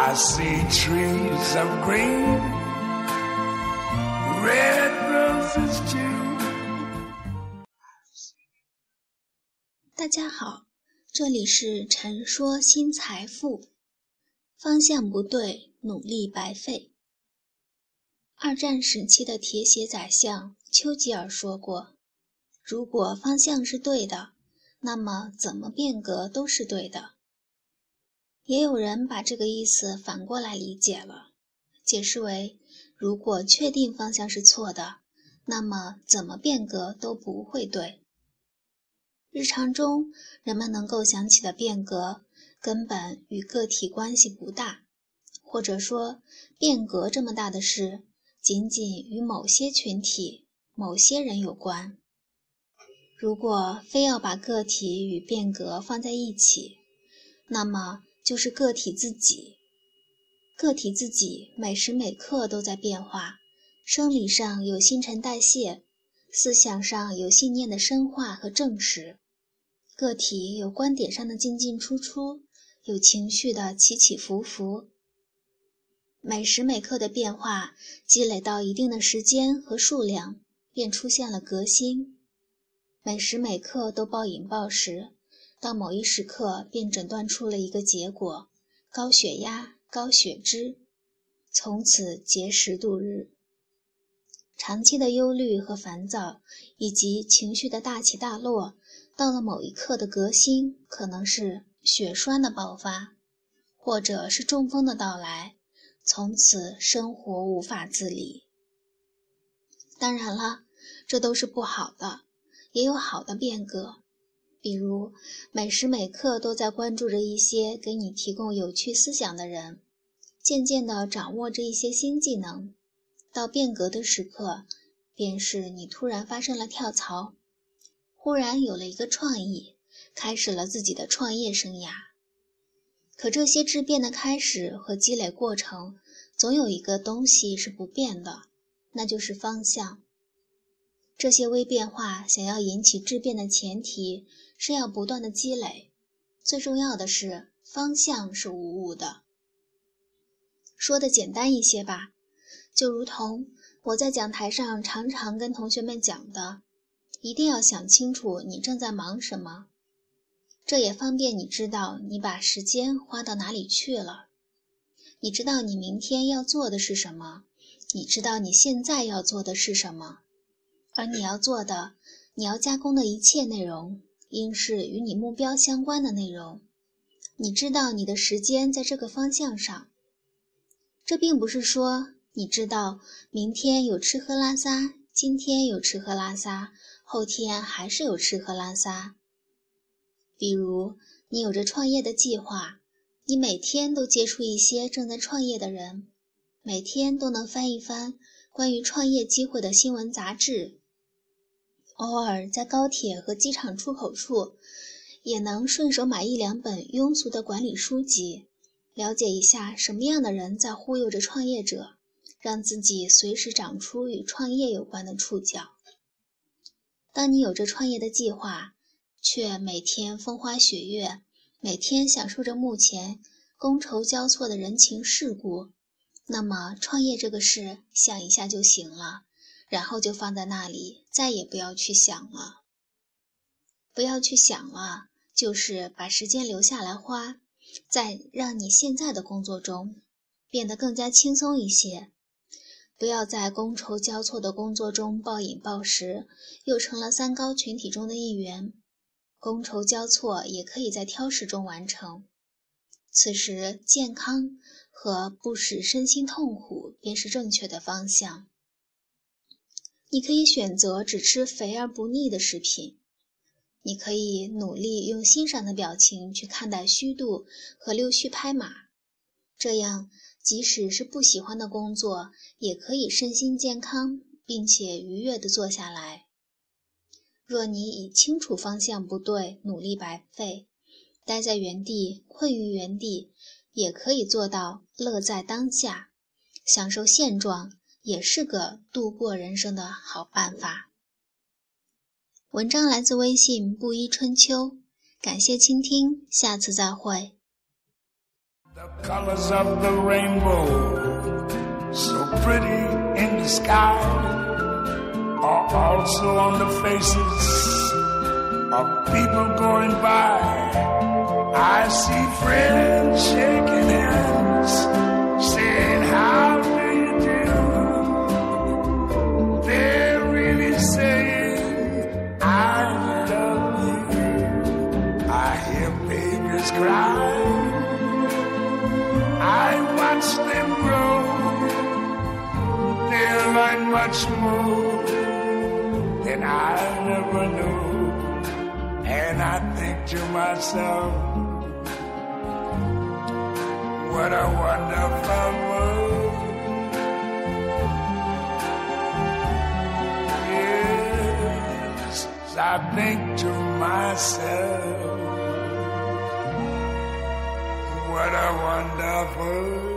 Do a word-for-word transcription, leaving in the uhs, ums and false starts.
I see trees of green, red roses too。 大家好，这里是陈说新财富。方向不对，努力白费。二战时期的铁血宰相丘吉尔说过，如果方向是对的，那么怎么变革都是对的。也有人把这个意思反过来理解了，解释为，如果确定方向是错的，那么怎么变革都不会对。日常中人们能够想起的变革，根本与个体关系不大，或者说，变革这么大的事，仅仅与某些群体、某些人有关。如果非要把个体与变革放在一起，那么就是个体自己。个体自己每时每刻都在变化，生理上有新陈代谢，思想上有信念的深化和证实。个体有观点上的进进出出，有情绪的起起伏伏。每时每刻的变化积累到一定的时间和数量，便出现了革新。每时每刻都暴饮暴食，到某一时刻便诊断出了一个结果：高血压、高血脂，从此节食度日。长期的忧虑和烦躁，以及情绪的大起大落，到了某一刻的革新，可能是血栓的爆发，或者是中风的到来，从此生活无法自理。当然了，这都是不好的，也有好的变革。比如每时每刻都在关注着一些给你提供有趣思想的人，渐渐地掌握着一些新技能，到变革的时刻，便是你突然发生了跳槽，忽然有了一个创意，开始了自己的创业生涯。可这些质变的开始和积累过程，总有一个东西是不变的，那就是方向。这些微变化想要引起质变的前提是要不断的积累，最重要的是方向是无误的。说的简单一些吧，就如同我在讲台上常常跟同学们讲的，一定要想清楚你正在忙什么，这也方便你知道你把时间花到哪里去了。你知道你明天要做的是什么，你知道你现在要做的是什么，而你要做的，你要加工的一切内容，应是与你目标相关的内容。你知道你的时间在这个方向上。这并不是说你知道明天有吃喝拉撒，今天有吃喝拉撒，后天还是有吃喝拉撒。比如你有着创业的计划，你每天都接触一些正在创业的人，每天都能翻一翻关于创业机会的新闻杂志，偶尔在高铁和机场出口处也能顺手买一两本庸俗的管理书籍，了解一下什么样的人在忽悠着创业者，让自己随时长出与创业有关的触角。当你有着创业的计划，却每天风花雪月，每天享受着目前觥筹交错的人情世故，那么创业这个事想一下就行了，然后就放在那里，再也不要去想了。不要去想了，就是把时间留下来花，在让你现在的工作中变得更加轻松一些。不要在觥筹交错的工作中暴饮暴食，又成了三高群体中的一员。觥筹交错也可以在挑食中完成，此时健康和不使身心痛苦便是正确的方向。你可以选择只吃肥而不腻的食品，你可以努力用欣赏的表情去看待虚度和溜须拍马，这样即使是不喜欢的工作，也可以身心健康并且愉悦地做下来。若你已清楚方向不对，努力白费，待在原地，困于原地，也可以做到乐在当下，享受现状，也是个度过人生的好办法。文章来自微信布衣春秋，感谢倾听，下次再会。 The colors of the rainbow, so pretty in the sky, are also on the faces of people going by. I see friends shaking hands, saying, how do you do? They're really saying, I love you. I hear babies cry, I watch them grow. They'll learn much more than I never knew. And I think to myself, what a wonderful world. Yes, I think to myself, what a wonderful